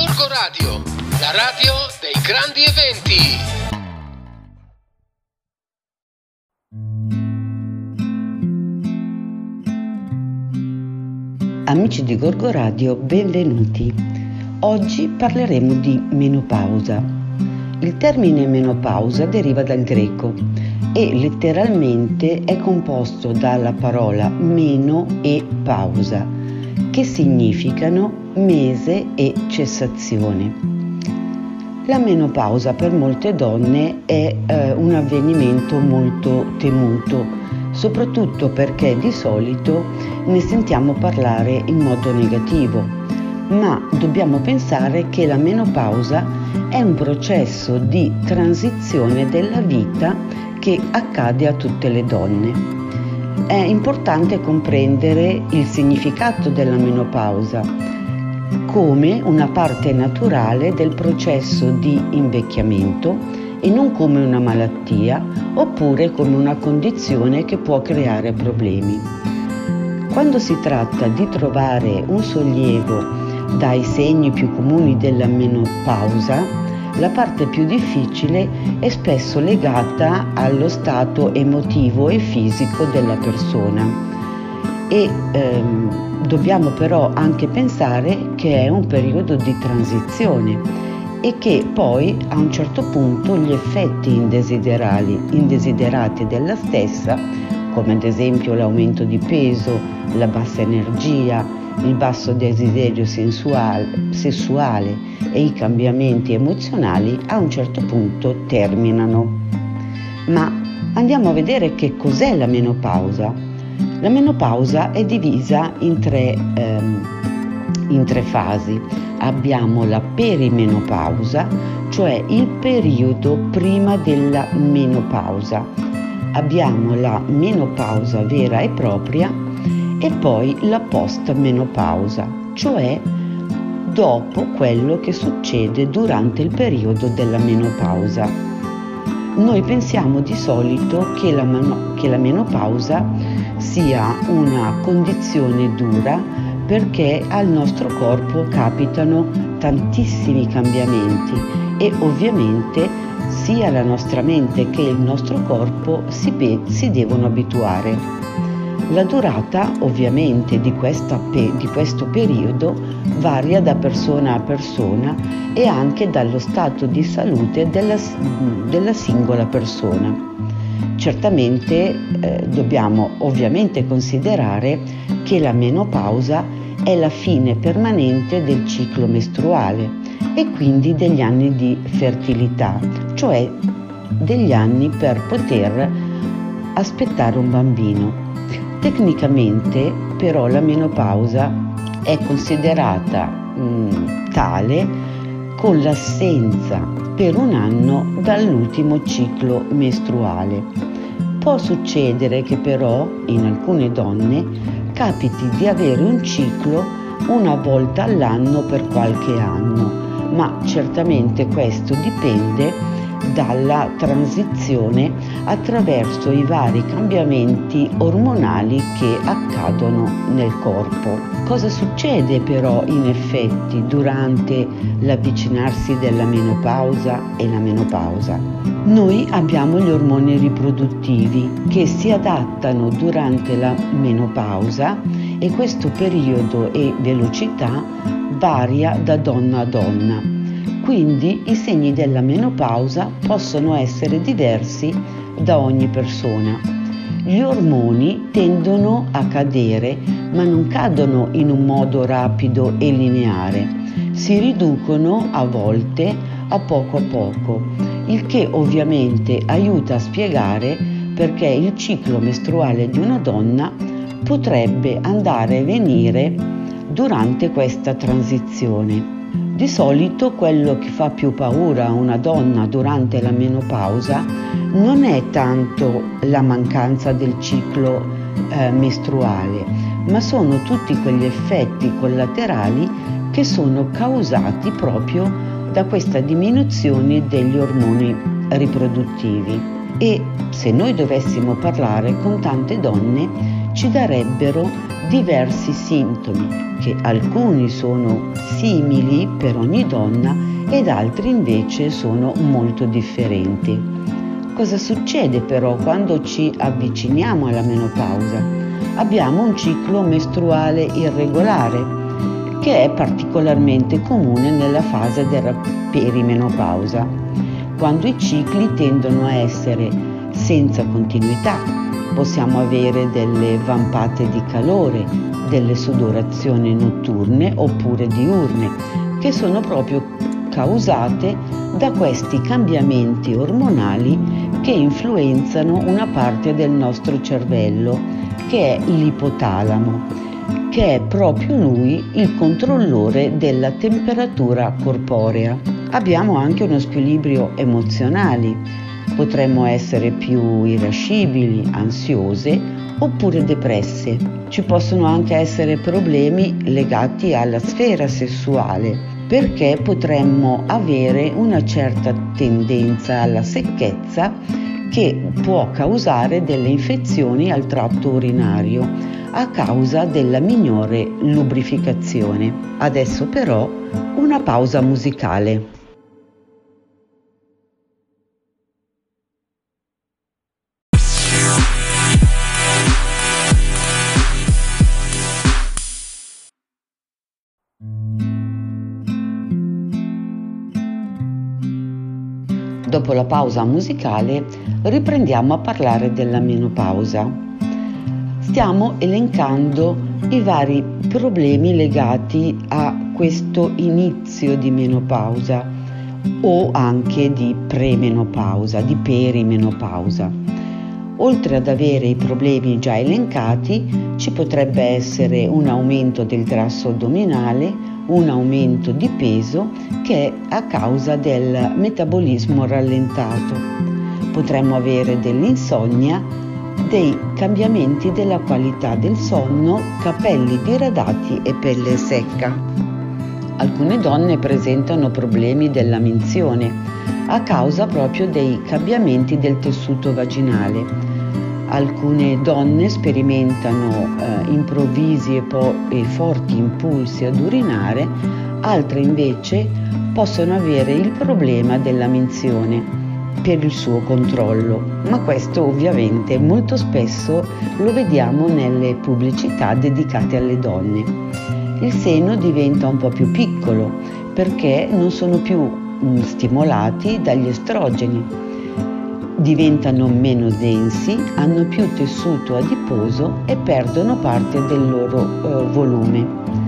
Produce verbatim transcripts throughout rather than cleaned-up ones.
Gorgo Radio, la radio dei grandi eventi. Amici di Gorgo Radio, benvenuti. Oggi parleremo di menopausa. Il termine menopausa deriva dal greco e letteralmente è composto dalla parola meno e pausa, che significano mese e cessazione. La menopausa per molte donne è eh, un avvenimento molto temuto, soprattutto perché di solito ne sentiamo parlare in modo negativo, ma dobbiamo pensare che la menopausa è un processo di transizione della vita che accade a tutte le donne. È importante comprendere il significato della menopausa come una parte naturale del processo di invecchiamento e non come una malattia oppure come una condizione che può creare problemi. Quando si tratta di trovare un sollievo dai segni più comuni della menopausa, la parte più difficile è spesso legata allo stato emotivo e fisico della persona e ehm, dobbiamo però anche pensare che è un periodo di transizione e che poi a un certo punto gli effetti indesiderati, indesiderati della stessa, come ad esempio l'aumento di peso, la bassa energia, il basso desiderio sensuale, sessuale e i cambiamenti emozionali a un certo punto terminano. Ma andiamo a vedere che cos'è la menopausa. La menopausa è divisa in tre, ehm, in tre fasi. Abbiamo la perimenopausa, cioè il periodo prima della menopausa. Abbiamo la menopausa vera e propria e poi la post-menopausa, cioè dopo quello che succede durante il periodo della menopausa. Noi pensiamo di solito che la, mano- che la menopausa sia una condizione dura perché al nostro corpo capitano tantissimi cambiamenti e ovviamente sia la nostra mente che il nostro corpo si, be- si devono abituare. La durata ovviamente di, questa pe- di questo periodo varia da persona a persona e anche dallo stato di salute della, della singola persona. Certamente eh, dobbiamo ovviamente considerare che la menopausa è la fine permanente del ciclo mestruale e quindi degli anni di fertilità, cioè degli anni per poter aspettare un bambino. Tecnicamente però la menopausa è considerata mh, tale con l'assenza per un anno dall'ultimo ciclo mestruale. Può succedere che però in alcune donne capiti di avere un ciclo una volta all'anno per qualche anno, ma certamente questo dipende dalla transizione attraverso i vari cambiamenti ormonali che accadono nel corpo. Cosa succede però in effetti durante l'avvicinarsi della menopausa e la menopausa? Noi abbiamo gli ormoni riproduttivi che si adattano durante la menopausa e questo periodo e velocità varia da donna a donna. Quindi i segni della menopausa possono essere diversi da ogni persona. Gli ormoni tendono a cadere, ma non cadono in un modo rapido e lineare. Si riducono a volte a poco a poco, il che ovviamente aiuta a spiegare perché il ciclo mestruale di una donna potrebbe andare e venire durante questa transizione. Di solito quello che fa più paura a una donna durante la menopausa non è tanto la mancanza del ciclo eh, mestruale, ma sono tutti quegli effetti collaterali che sono causati proprio da questa diminuzione degli ormoni riproduttivi. E se noi dovessimo parlare con tante donne ci darebbero diversi sintomi, che alcuni sono simili per ogni donna ed altri invece sono molto differenti. Cosa succede però quando ci avviciniamo alla menopausa? Abbiamo un ciclo mestruale irregolare, che è particolarmente comune nella fase della perimenopausa, quando i cicli tendono a essere senza continuità. Possiamo avere delle vampate di calore, delle sudorazioni notturne oppure diurne, che sono proprio causate da questi cambiamenti ormonali che influenzano una parte del nostro cervello, che è l'ipotalamo, che è proprio lui il controllore della temperatura corporea. Abbiamo anche uno squilibrio emozionale. Potremmo essere più irascibili, ansiose oppure depresse. Ci possono anche essere problemi legati alla sfera sessuale, perché potremmo avere una certa tendenza alla secchezza che può causare delle infezioni al tratto urinario a causa della minore lubrificazione. Adesso però una pausa musicale. Dopo la pausa musicale riprendiamo a parlare della menopausa. Stiamo elencando i vari problemi legati a questo inizio di menopausa o anche di premenopausa, di perimenopausa. Oltre ad avere i problemi già elencati, ci potrebbe essere un aumento del grasso addominale, un aumento di peso che è a causa del metabolismo rallentato. Potremmo avere dell'insonnia, dei cambiamenti della qualità del sonno, capelli diradati e pelle secca. Alcune donne presentano problemi della minzione a causa proprio dei cambiamenti del tessuto vaginale. Alcune donne sperimentano eh, improvvisi e, po- e forti impulsi ad urinare, altre invece possono avere il problema della minzione per il suo controllo, ma questo ovviamente molto spesso lo vediamo nelle pubblicità dedicate alle donne. Il seno diventa un po' più piccolo perché non sono più mh, stimolati dagli estrogeni, diventano meno densi, hanno più tessuto adiposo e perdono parte del loro eh, volume.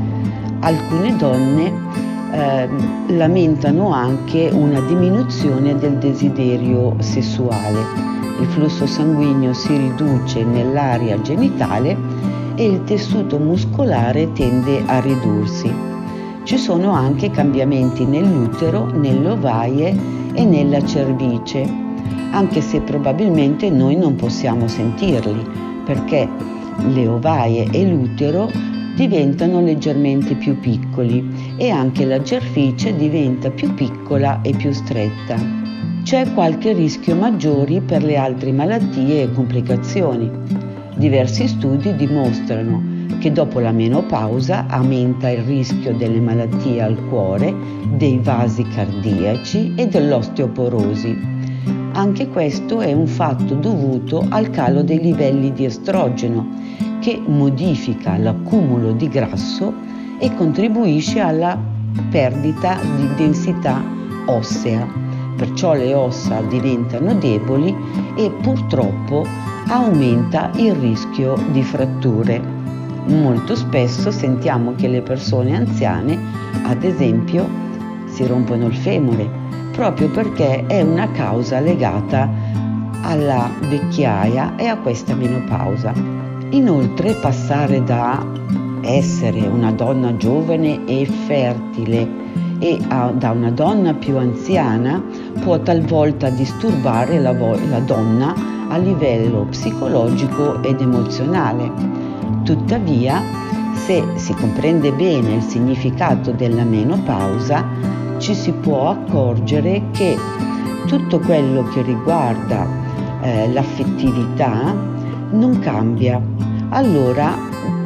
Alcune donne Eh, lamentano anche una diminuzione del desiderio sessuale. Il flusso sanguigno si riduce nell'area genitale e il tessuto muscolare tende a ridursi. Ci sono anche cambiamenti nell'utero, nelle ovaie e nella cervice, anche se probabilmente noi non possiamo sentirli, perché le ovaie e l'utero diventano leggermente più piccoli e anche la cervice diventa più piccola e più stretta. C'è qualche rischio maggiore per le altre malattie e complicazioni. Diversi studi dimostrano che dopo la menopausa aumenta il rischio delle malattie al cuore, dei vasi cardiaci e dell'osteoporosi. Anche questo è un fatto dovuto al calo dei livelli di estrogeno, che modifica l'accumulo di grasso e contribuisce alla perdita di densità ossea. Perciò le ossa diventano deboli e purtroppo aumenta il rischio di fratture. Molto spesso sentiamo che le persone anziane, ad esempio, si rompono il femore, proprio perché è una causa legata alla vecchiaia e a questa menopausa. Inoltre, passare da essere una donna giovane e fertile e a, da una donna più anziana può talvolta disturbare la, vo- la donna a livello psicologico ed emozionale. Tuttavia, se si comprende bene il significato della menopausa, ci si può accorgere che tutto quello che riguarda eh, l'affettività non cambia. Allora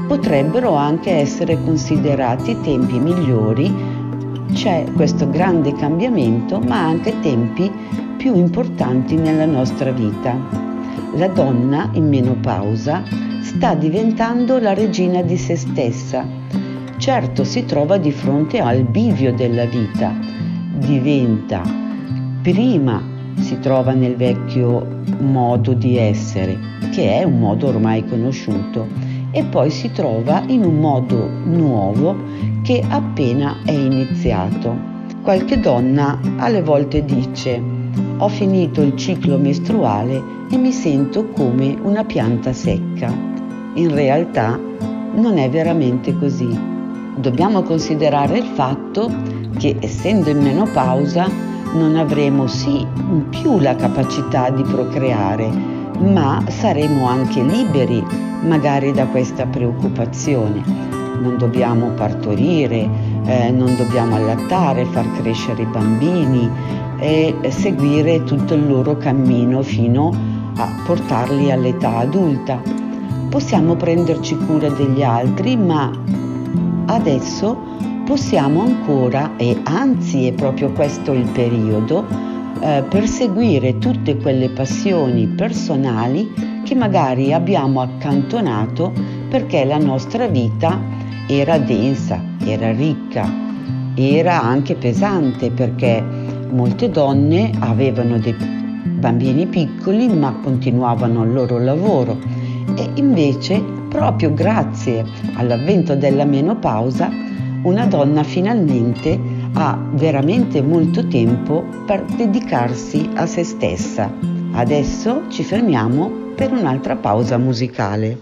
potrebbero anche essere considerati tempi migliori. C'è questo grande cambiamento, ma anche tempi più importanti nella nostra vita. La donna in menopausa sta diventando la regina di se stessa. Certo, si trova di fronte al bivio della vita. Diventa, prima si trova nel vecchio modo di essere, che è un modo ormai conosciuto, e poi si trova in un modo nuovo che appena è iniziato. Qualche donna alle volte dice: ho finito il ciclo mestruale e mi sento come una pianta secca. In realtà non è veramente così. Dobbiamo considerare il fatto che, essendo in menopausa, non avremo sì più la capacità di procreare, ma saremo anche liberi magari da questa preoccupazione. Non dobbiamo partorire, eh, non dobbiamo allattare, far crescere i bambini e seguire tutto il loro cammino fino a portarli all'età adulta. Possiamo prenderci cura degli altri, ma adesso possiamo ancora, e anzi è proprio questo il periodo, eh, perseguire tutte quelle passioni personali che magari abbiamo accantonato perché la nostra vita era densa, era ricca, era anche pesante, perché molte donne avevano dei bambini piccoli ma continuavano il loro lavoro, e invece proprio grazie all'avvento della menopausa una donna finalmente ha veramente molto tempo per dedicarsi a se stessa. Adesso ci fermiamo per un'altra pausa musicale.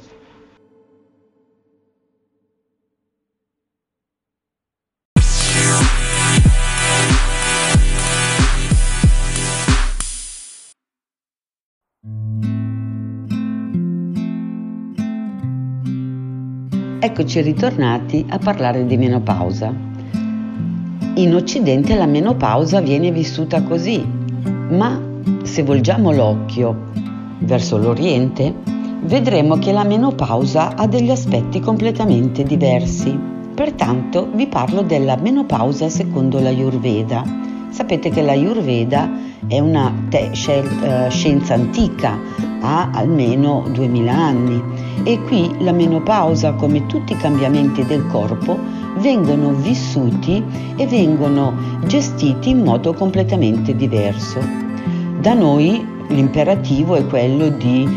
Eccoci ritornati a parlare di menopausa. In Occidente la menopausa viene vissuta così, ma se volgiamo l'occhio verso l'Oriente, vedremo che la menopausa ha degli aspetti completamente diversi. Pertanto vi parlo della menopausa secondo l'Ayurveda. Sapete che l'Ayurveda è una te- scel- scienza antica, ha almeno duemila anni, e qui la menopausa, come tutti i cambiamenti del corpo, vengono vissuti e vengono gestiti in modo completamente diverso. Da noi l'imperativo è quello di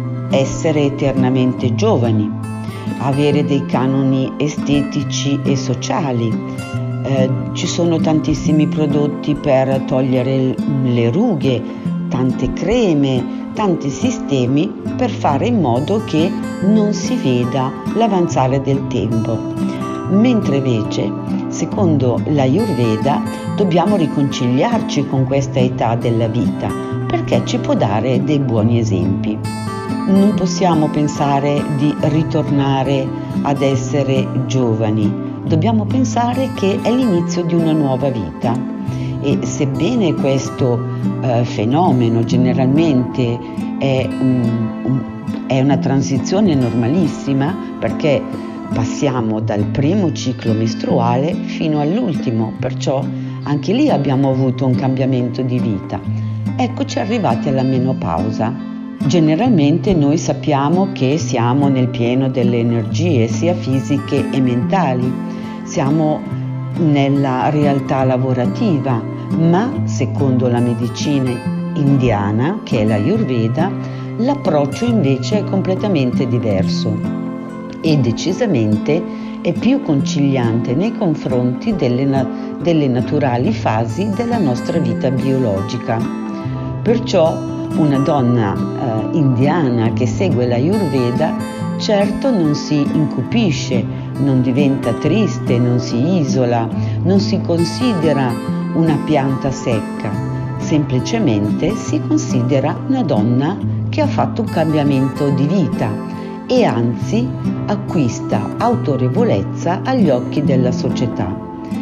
essere eternamente giovani, avere dei canoni estetici e sociali. Eh, ci sono tantissimi prodotti per togliere le rughe, tante creme, tanti sistemi per fare in modo che non si veda l'avanzare del tempo. Mentre invece, secondo l'Ayurveda, dobbiamo riconciliarci con questa età della vita, perché ci può dare dei buoni esempi. Non possiamo pensare di ritornare ad essere giovani, dobbiamo pensare che è l'inizio di una nuova vita. E sebbene questo eh, fenomeno generalmente è, um, è una transizione normalissima, perché passiamo dal primo ciclo mestruale fino all'ultimo, perciò anche lì abbiamo avuto un cambiamento di vita. Eccoci arrivati alla menopausa. Generalmente noi sappiamo che siamo nel pieno delle energie, sia fisiche e mentali, siamo nella realtà lavorativa, ma secondo la medicina indiana, che è l'Ayurveda, l'approccio invece è completamente diverso e decisamente è più conciliante nei confronti delle, na- delle naturali fasi della nostra vita biologica. Perciò una donna eh, indiana che segue l'Ayurveda certo non si incupisce, non diventa triste, non si isola, non si considera una pianta secca, semplicemente si considera una donna che ha fatto un cambiamento di vita e anzi acquista autorevolezza agli occhi della società.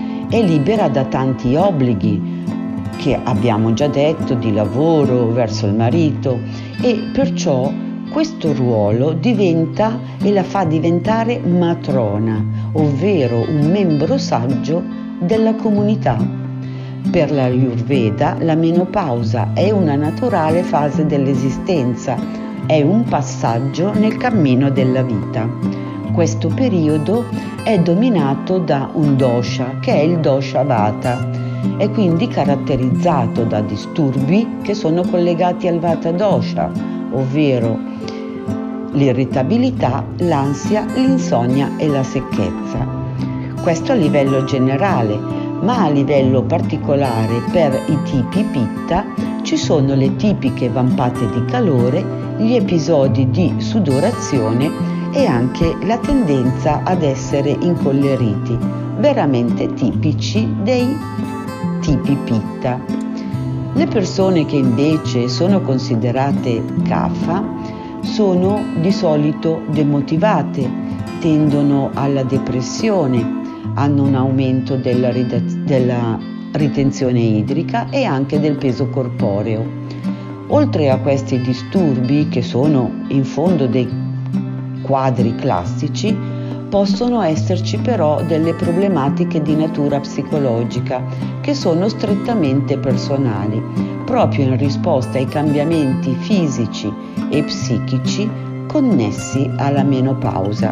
È libera da tanti obblighi che abbiamo già detto, di lavoro verso il marito, e perciò questo ruolo diventa e la fa diventare matrona, ovvero un membro saggio della comunità. Per la Ayurveda la menopausa è una naturale fase dell'esistenza, è un passaggio nel cammino della vita. Questo periodo è dominato da un dosha, che è il dosha Vata, è quindi caratterizzato da disturbi che sono collegati al Vata dosha, ovvero l'irritabilità, l'ansia, l'insonnia e la secchezza. Questo a livello generale, ma a livello particolare per i tipi Pitta ci sono le tipiche vampate di calore, gli episodi di sudorazione e anche la tendenza ad essere incolleriti, veramente tipici dei tipi Pitta. Le persone che invece sono considerate Kapha sono di solito demotivate, tendono alla depressione, hanno un aumento della, della ritenzione idrica e anche del peso corporeo. Oltre a questi disturbi, che sono in fondo dei quadri classici, possono esserci però delle problematiche di natura psicologica che sono strettamente personali, proprio in risposta ai cambiamenti fisici e psichici connessi alla menopausa.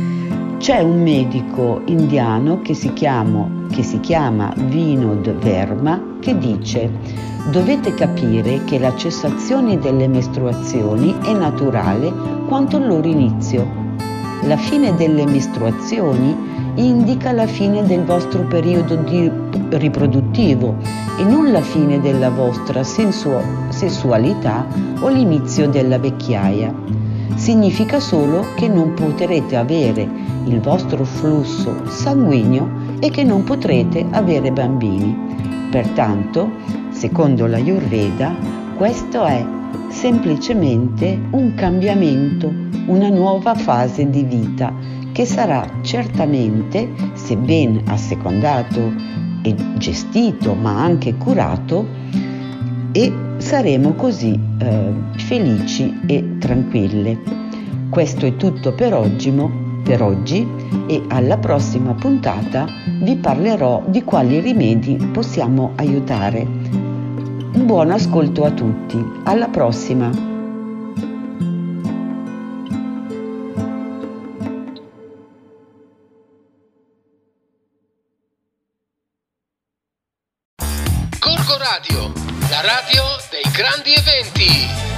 C'è un medico indiano che si chiama, che si chiama Vinod Verma che dice: dovete capire che la cessazione delle mestruazioni è naturale quanto il loro inizio. La fine delle mestruazioni indica la fine del vostro periodo di riproduttivo e non la fine della vostra sensu- sessualità o l'inizio della vecchiaia. Significa solo che non potrete avere il vostro flusso sanguigno e che non potrete avere bambini. Pertanto, secondo la Ayurveda, questo è semplicemente un cambiamento, una nuova fase di vita che sarà certamente, se ben assecondato e gestito, ma anche curato, e saremo così eh, felici e tranquille. Questo è tutto per oggi, per oggi e alla prossima puntata vi parlerò di quali rimedi possiamo aiutare. Un buon ascolto a tutti, alla prossima! Gorgo Radio, la radio dei grandi eventi.